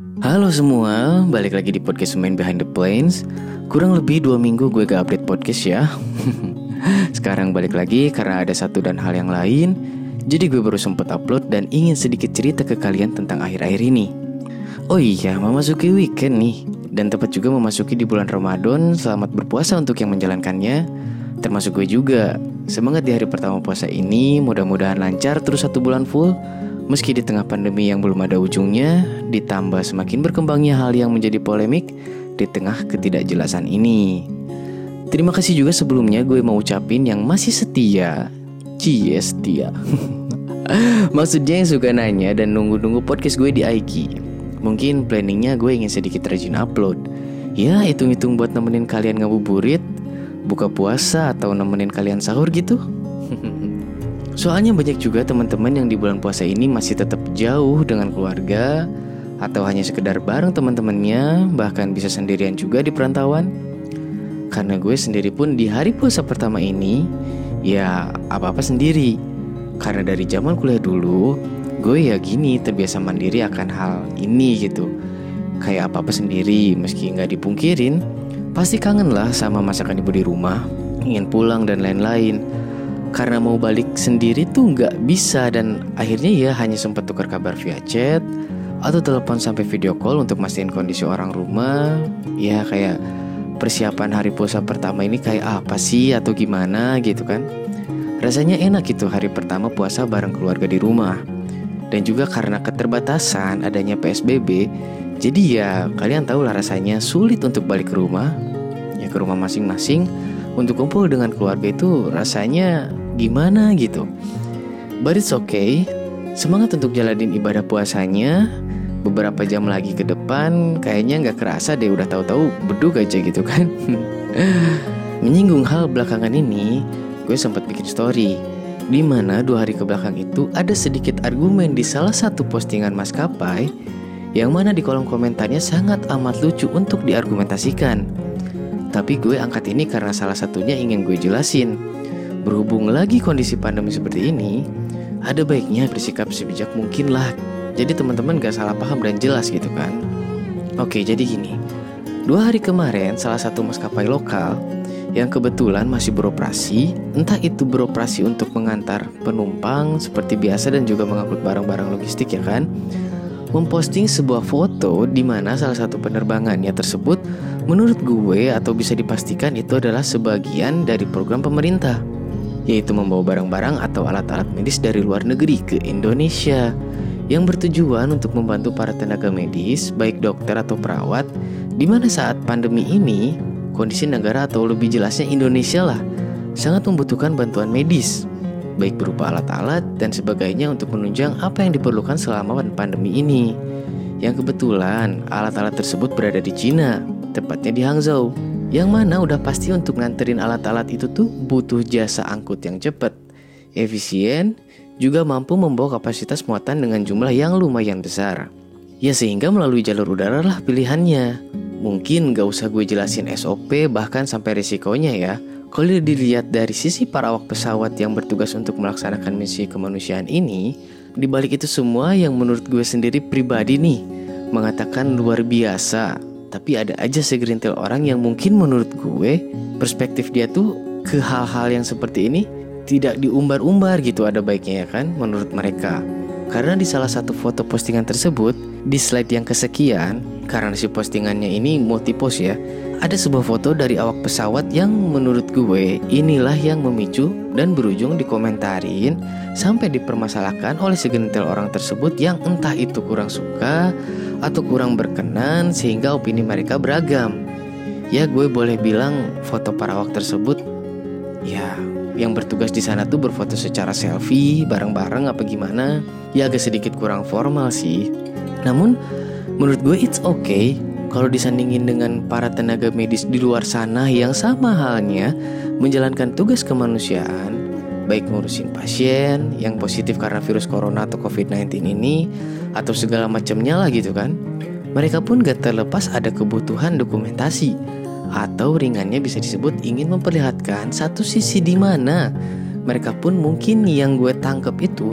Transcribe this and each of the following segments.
Halo semua, balik lagi di podcast Main Behind the Plains. Kurang lebih 2 minggu gue gak update podcast ya. Sekarang balik lagi karena ada satu dan hal yang lain. Jadi gue baru sempet upload dan ingin sedikit cerita ke kalian tentang akhir-akhir ini. Oh iya, memasuki weekend nih. Dan tepat juga memasuki di bulan Ramadan. Selamat berpuasa untuk yang menjalankannya, termasuk gue juga. Semangat di hari pertama puasa ini, mudah-mudahan lancar terus 1 bulan full. Meski di tengah pandemi yang belum ada ujungnya, ditambah semakin berkembangnya hal yang menjadi polemik di tengah ketidakjelasan ini. Terima kasih juga sebelumnya gue mau ucapin yang masih setia. Cie setia. Maksudnya yang suka nanya dan nunggu-nunggu podcast gue di IG. Mungkin planningnya gue ingin sedikit rajin upload. Ya hitung-hitung buat nemenin kalian ngabuburit, buka puasa atau nemenin kalian sahur gitu. Soalnya banyak juga teman-teman yang di bulan puasa ini masih tetap jauh dengan keluarga, atau hanya sekedar bareng teman-temannya, bahkan bisa sendirian juga di perantauan. Karena gue sendiri pun di hari puasa pertama ini, ya apa-apa sendiri. Karena dari zaman kuliah dulu, gue ya gini terbiasa mandiri akan hal ini gitu. Kayak apa-apa sendiri, meski gak dipungkirin, pasti kangen lah sama masakan ibu di rumah, ingin pulang dan lain-lain. Karena mau balik sendiri tuh gak bisa, dan akhirnya ya hanya sempat tukar kabar via chat atau telepon sampai video call untuk mastiin kondisi orang rumah. Ya kayak persiapan hari puasa pertama ini kayak apa sih atau gimana gitu kan. Rasanya enak gitu hari pertama puasa bareng keluarga di rumah. Dan juga karena keterbatasan adanya PSBB, jadi ya kalian tahu lah rasanya sulit untuk balik ke rumah. Ya ke rumah masing-masing untuk kumpul dengan keluarga itu rasanya gimana gitu. But it's okay. Semangat untuk jalanin ibadah puasanya. Beberapa jam lagi ke depan kayaknya gak kerasa deh udah tahu-tahu bedug aja gitu kan. Menyinggung hal belakangan ini, gue sempat bikin story di mana 2 hari ke belakang itu ada sedikit argumen di salah satu postingan maskapai, yang mana di kolom komentarnya sangat amat lucu untuk diargumentasikan. Tapi gue angkat ini karena salah satunya ingin gue jelasin. Berhubung lagi kondisi pandemi seperti ini, ada baiknya bersikap sebijak mungkin lah. Jadi teman-teman gak salah paham dan jelas gitu kan. Oke, jadi gini. 2 hari kemarin salah satu maskapai lokal yang kebetulan masih beroperasi, entah itu beroperasi untuk mengantar penumpang seperti biasa dan juga mengangkut barang-barang logistik ya kan, memposting sebuah foto di mana salah satu penerbangannya tersebut menurut gue atau bisa dipastikan itu adalah sebagian dari program pemerintah, yaitu membawa barang-barang atau alat-alat medis dari luar negeri ke Indonesia, yang bertujuan untuk membantu para tenaga medis, baik dokter atau perawat, di mana saat pandemi ini kondisi negara atau lebih jelasnya Indonesia lah sangat membutuhkan bantuan medis, baik berupa alat-alat dan sebagainya untuk menunjang apa yang diperlukan selama pandemi ini. Yang kebetulan alat-alat tersebut berada di Cina, tepatnya di Hangzhou, yang mana udah pasti untuk nganterin alat-alat itu tuh butuh jasa angkut yang cepat, efisien, juga mampu membawa kapasitas muatan dengan jumlah yang lumayan besar. Ya sehingga melalui jalur udara lah pilihannya. Mungkin gak usah gue jelasin SOP bahkan sampai risikonya ya. Kalau dilihat dari sisi para awak pesawat yang bertugas untuk melaksanakan misi kemanusiaan ini, di balik itu semua yang menurut gue sendiri pribadi nih mengatakan luar biasa, tapi ada aja segerintil orang yang mungkin menurut gue perspektif dia tuh ke hal-hal yang seperti ini tidak diumbar-umbar gitu ada baiknya ya kan menurut mereka. Karena di salah satu foto postingan tersebut, di slide yang kesekian, karena si postingannya ini multi-post ya, ada sebuah foto dari awak pesawat yang menurut gue inilah yang memicu dan berujung dikomentarin sampai dipermasalahkan oleh segelintir orang tersebut yang entah itu kurang suka atau kurang berkenan sehingga opini mereka beragam. Ya gue boleh bilang foto para awak tersebut ya yang bertugas di sana tuh berfoto secara selfie bareng-bareng apa gimana, ya agak sedikit kurang formal sih. Namun menurut gue it's okay kalau disandingin dengan para tenaga medis di luar sana yang sama halnya menjalankan tugas kemanusiaan, baik ngurusin pasien yang positif karena virus corona atau COVID-19 ini atau segala macamnya lah gitu kan. Mereka pun gak terlepas ada kebutuhan dokumentasi, atau ringannya bisa disebut ingin memperlihatkan satu sisi di mana mereka pun mungkin yang gue tangkep itu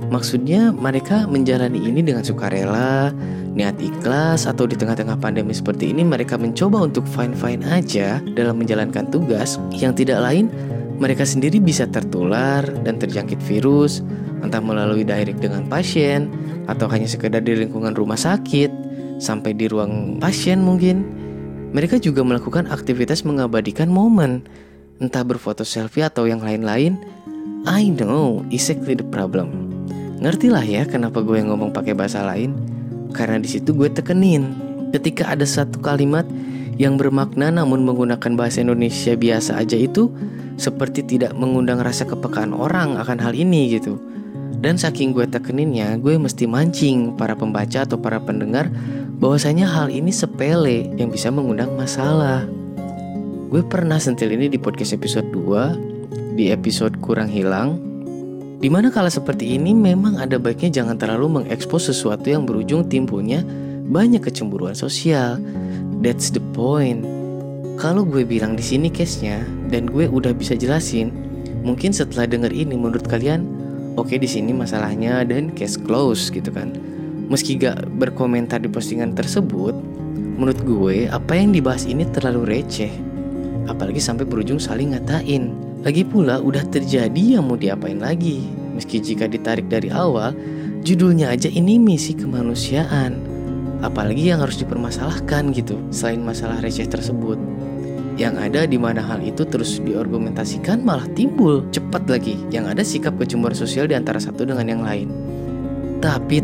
Maksudnya mereka menjalani ini dengan sukarela, niat ikhlas, atau di tengah-tengah pandemi seperti ini mereka mencoba untuk fine-fine aja dalam menjalankan tugas yang tidak lain mereka sendiri bisa tertular dan terjangkit virus, entah melalui direct dengan pasien atau hanya sekedar di lingkungan rumah sakit, sampai di ruang pasien mungkin. Mereka juga melakukan aktivitas mengabadikan momen, entah berfoto selfie atau yang lain-lain. I know exactly the problem. Ngertilah ya kenapa gue ngomong pakai bahasa lain. Karena di situ gue tekenin ketika ada satu kalimat yang bermakna namun menggunakan bahasa Indonesia biasa aja itu seperti tidak mengundang rasa kepekaan orang akan hal ini gitu. Dan saking gue tekeninnya, gue mesti mancing para pembaca atau para pendengar bahwasanya hal ini sepele yang bisa mengundang masalah. Gue pernah sentil ini di podcast episode 2, di episode Kurang Hilang, dimana kala seperti ini memang ada baiknya jangan terlalu mengekspos sesuatu yang berujung timbulnya banyak kecemburuan sosial. That's the point. Kalau gue bilang di sini case-nya dan gue udah bisa jelasin, mungkin setelah denger ini menurut kalian oke, di sini masalahnya dan case close gitu kan. Meski gak berkomentar di postingan tersebut, menurut gue apa yang dibahas ini terlalu receh, apalagi sampai berujung saling ngatain. Lagi pula udah terjadi, yang mau diapain lagi? Meski jika ditarik dari awal, judulnya aja ini misi kemanusiaan. Apalagi yang harus dipermasalahkan gitu, selain masalah receh tersebut. Yang ada di mana hal itu terus diargumentasikan malah timbul cepat lagi. Yang ada sikap kecemburuan sosial di antara satu dengan yang lain. Tapi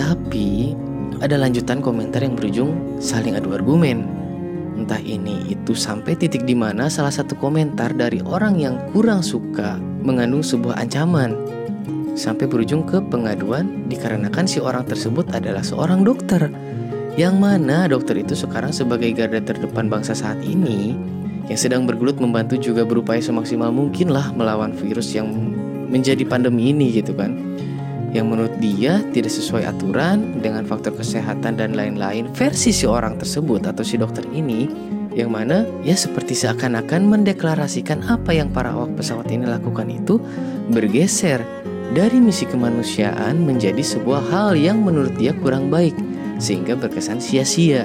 ada lanjutan komentar yang berujung saling adu argumen. Entah ini itu sampai titik di mana salah satu komentar dari orang yang kurang suka mengandung sebuah ancaman, sampai berujung ke pengaduan dikarenakan si orang tersebut adalah seorang dokter, yang mana dokter itu sekarang sebagai garda terdepan bangsa saat ini, yang sedang bergelut membantu juga berupaya semaksimal mungkin lah melawan virus yang menjadi pandemi ini gitu kan. Yang menurut dia tidak sesuai aturan dengan faktor kesehatan dan lain-lain versi si orang tersebut atau si dokter ini, yang mana ya seperti seakan-akan mendeklarasikan apa yang para awak pesawat ini lakukan itu bergeser dari misi kemanusiaan menjadi sebuah hal yang menurut dia kurang baik, sehingga berkesan sia-sia.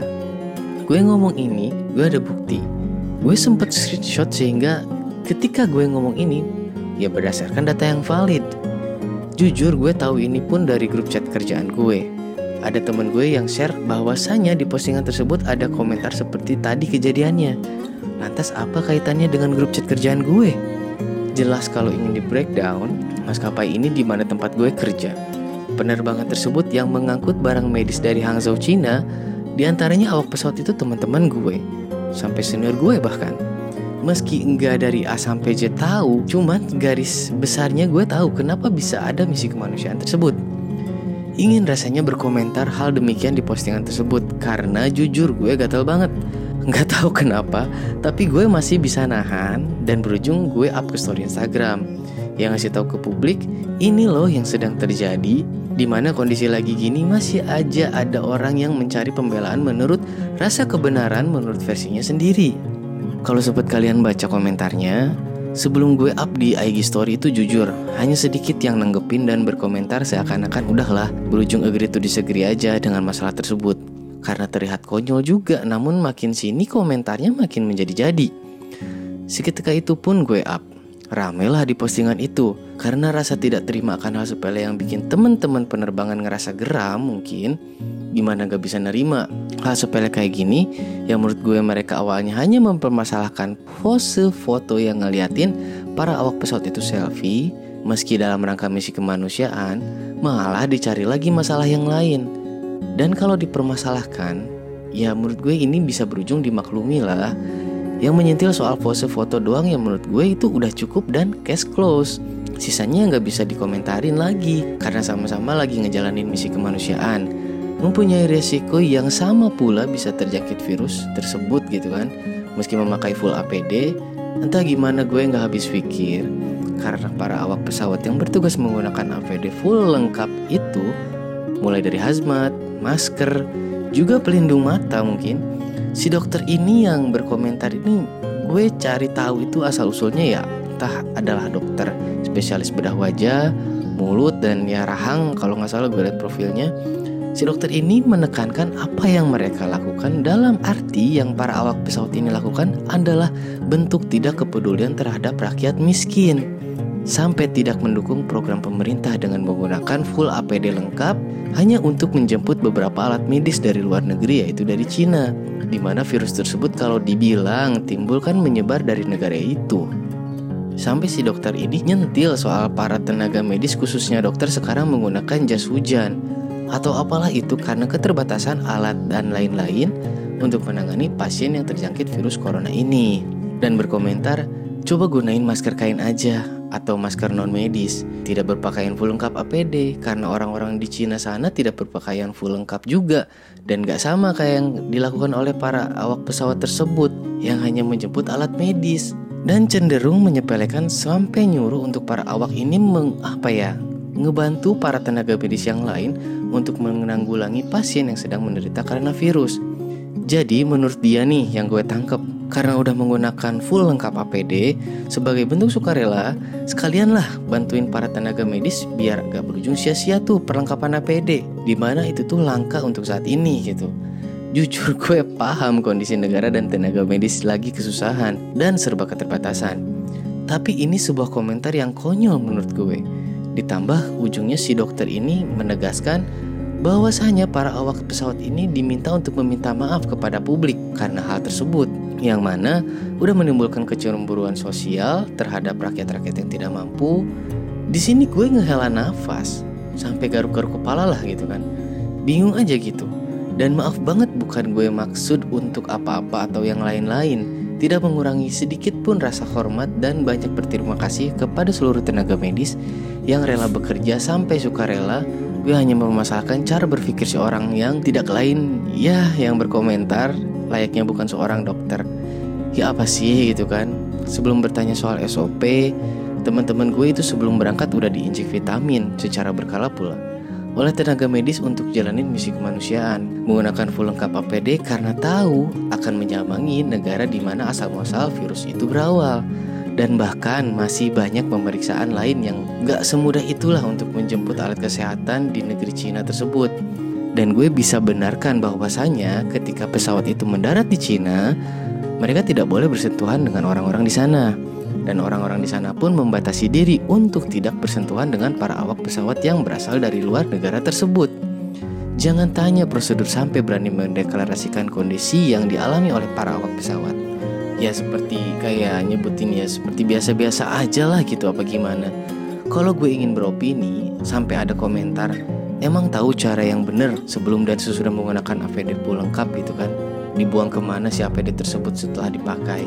Gue ngomong ini, gue ada bukti. Gue sempet screenshot sehingga ketika gue ngomong ini ya berdasarkan data yang valid. Jujur gue tahu ini pun dari grup chat kerjaan gue. Ada temen gue yang share bahwasanya di postingan tersebut ada komentar seperti tadi kejadiannya. Lantas apa kaitannya dengan grup chat kerjaan gue? Jelas kalau ingin di breakdown, maskapai ini di mana tempat gue kerja. Penerbangan tersebut yang mengangkut barang medis dari Hangzhou, Cina, diantaranya awak pesawat itu teman-teman gue, sampai senior gue bahkan. Meski enggak dari A sampai Z tahu, cuman garis besarnya gue tahu kenapa bisa ada misi kemanusiaan tersebut. Ingin rasanya berkomentar hal demikian di postingan tersebut, karena jujur gue gatel banget. Gak tahu kenapa, tapi gue masih bisa nahan dan berujung gue up ke story Instagram yang ngasih tahu ke publik, ini loh yang sedang terjadi, dimana kondisi lagi gini masih aja ada orang yang mencari pembelaan menurut rasa kebenaran menurut versinya sendiri. Kalau sempat kalian baca komentarnya, sebelum gue up di IG story itu jujur, hanya sedikit yang nanggepin dan berkomentar seakan-akan udahlah, berujung agree to disagree aja dengan masalah tersebut. Karena terlihat konyol juga, namun makin sini komentarnya makin menjadi-jadi. Seketika itu pun gue up. Ramailah di postingan itu, karena rasa tidak terima akan hal sepele yang bikin teman-teman penerbangan ngerasa geram mungkin. Gimana gak bisa nerima hal sepele kayak gini, yang menurut gue mereka awalnya hanya mempermasalahkan pose foto yang ngeliatin para awak pesawat itu selfie, meski dalam rangka misi kemanusiaan, malah dicari lagi masalah yang lain. Dan kalau dipermasalahkan, ya menurut gue ini bisa berujung dimaklumi lah. Yang menyentil soal pose foto doang yang menurut gue itu udah cukup dan case close. Sisanya gak bisa dikomentarin lagi, karena sama-sama lagi ngejalanin misi kemanusiaan, mempunyai resiko yang sama pula bisa terjangkit virus tersebut gitu kan. Meski memakai full APD, entah gimana gue gak habis pikir, karena para awak pesawat yang bertugas menggunakan APD full lengkap itu, mulai dari hazmat, masker, juga pelindung mata mungkin. Si dokter ini yang berkomentar ini gue cari tahu itu asal usulnya ya entah adalah dokter spesialis bedah wajah mulut dan ya rahang. Kalau nggak salah gue liat profilnya. Si dokter ini menekankan apa yang mereka lakukan dalam arti yang para awak pesawat ini lakukan adalah bentuk tidak kepedulian terhadap rakyat miskin, sampai tidak mendukung program pemerintah dengan menggunakan full APD lengkap hanya untuk menjemput beberapa alat medis dari luar negeri, yaitu dari Cina, di mana virus tersebut kalau dibilang timbul kan menyebar dari negara itu. Sampai si dokter ini nyentil soal para tenaga medis, khususnya dokter sekarang menggunakan jas hujan atau apalah itu karena keterbatasan alat dan lain-lain untuk menangani pasien yang terjangkit virus corona ini. Dan berkomentar, coba gunain masker kain aja atau masker non medis, tidak berpakaian full lengkap APD, karena orang-orang di Cina sana tidak berpakaian full lengkap juga, dan gak sama kayak yang dilakukan oleh para awak pesawat tersebut yang hanya menjemput alat medis, dan cenderung menyepelekan sampai nyuruh untuk para awak ini ngebantu para tenaga medis yang lain untuk menanggulangi pasien yang sedang menderita karena virus. Jadi menurut dia nih yang gue tangkep, karena udah menggunakan full lengkap APD sebagai bentuk sukarela, sekalianlah bantuin para tenaga medis biar gak berujung sia-sia tuh perlengkapan APD, dimana itu tuh langka untuk saat ini gitu. Jujur gue paham kondisi negara dan tenaga medis lagi kesusahan dan serba keterbatasan, tapi ini sebuah komentar yang konyol menurut gue. Ditambah ujungnya si dokter ini menegaskan bahwasanya para awak pesawat ini diminta untuk meminta maaf kepada publik karena hal tersebut, yang mana udah menimbulkan kecemburuan sosial terhadap rakyat-rakyat yang tidak mampu. Di sini gue ngehela nafas sampai garuk-garuk kepala lah gitu kan, bingung aja gitu. Dan maaf banget, bukan gue maksud untuk apa-apa atau yang lain-lain, tidak mengurangi sedikit pun rasa hormat dan banyak berterima kasih kepada seluruh tenaga medis yang rela bekerja sampai sukarela. Gue hanya memasalahkan cara berpikir seorang yang tidak lain ya yang berkomentar layaknya bukan seorang dokter. Ya apa sih gitu kan. Sebelum bertanya soal SOP, teman-teman gue itu sebelum berangkat udah diinjek vitamin secara berkala pula oleh tenaga medis untuk jalanin misi kemanusiaan, menggunakan full lengkap APD karena tahu akan menyambangi negara di mana asal-muasal virus itu berawal. Dan bahkan masih banyak pemeriksaan lain yang gak semudah itulah untuk menjemput alat kesehatan di negeri Cina tersebut. Dan gue bisa benarkan bahwasanya ketika pesawat itu mendarat di Cina, mereka tidak boleh bersentuhan dengan orang-orang di sana. Dan orang-orang di sana pun membatasi diri untuk tidak bersentuhan dengan para awak pesawat yang berasal dari luar negara tersebut. Jangan tanya prosedur sampai berani mendeklarasikan kondisi yang dialami oleh para awak pesawat. Ya seperti kayak nyebutin ya seperti biasa-biasa aja lah gitu, apa gimana. Kalau gue ingin beropini sampai ada komentar, emang tahu cara yang benar sebelum dan sesudah menggunakan APD full lengkap gitu kan, dibuang kemana si APD tersebut setelah dipakai?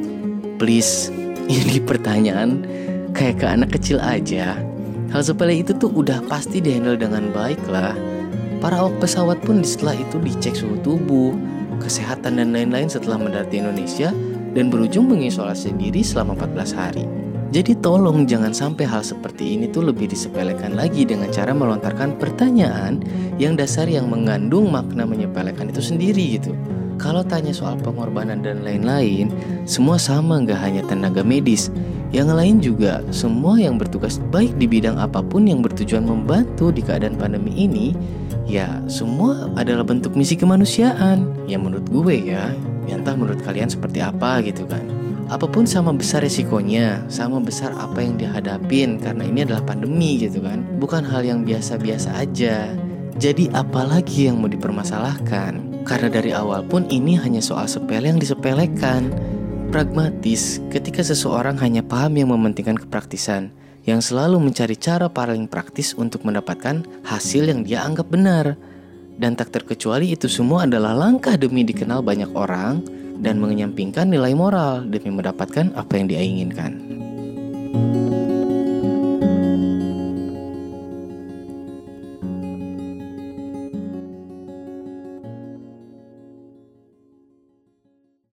Please, ini pertanyaan kayak ke anak kecil aja. Hal sepele itu tuh udah pasti dihandle dengan baik lah. Para awak pesawat pun setelah itu dicek suhu tubuh, kesehatan dan lain-lain setelah mendarat di Indonesia, dan berujung mengisolasi diri selama 14 hari. Jadi tolong jangan sampai hal seperti ini tuh lebih disepelekan lagi dengan cara melontarkan pertanyaan yang dasar yang mengandung makna menyepelekan itu sendiri gitu. Kalau tanya soal pengorbanan dan lain-lain, semua sama, gak hanya tenaga medis. Yang lain juga, semua yang bertugas baik di bidang apapun yang bertujuan membantu di keadaan pandemi ini, ya semua adalah bentuk misi kemanusiaan. Ya menurut gue ya entah menurut kalian seperti apa gitu kan. Apapun sama besar resikonya, sama besar apa yang dihadapin, karena ini adalah pandemi gitu kan. Bukan hal yang biasa-biasa aja. Jadi apalagi yang mau dipermasalahkan? Karena dari awal pun ini hanya soal sepele yang disepelekan. Pragmatis, ketika seseorang hanya paham yang mementingkan kepraktisan, yang selalu mencari cara paling praktis untuk mendapatkan hasil yang dia anggap benar. Dan tak terkecuali itu semua adalah langkah demi dikenal banyak orang dan menyampingkan nilai moral demi mendapatkan apa yang dia inginkan.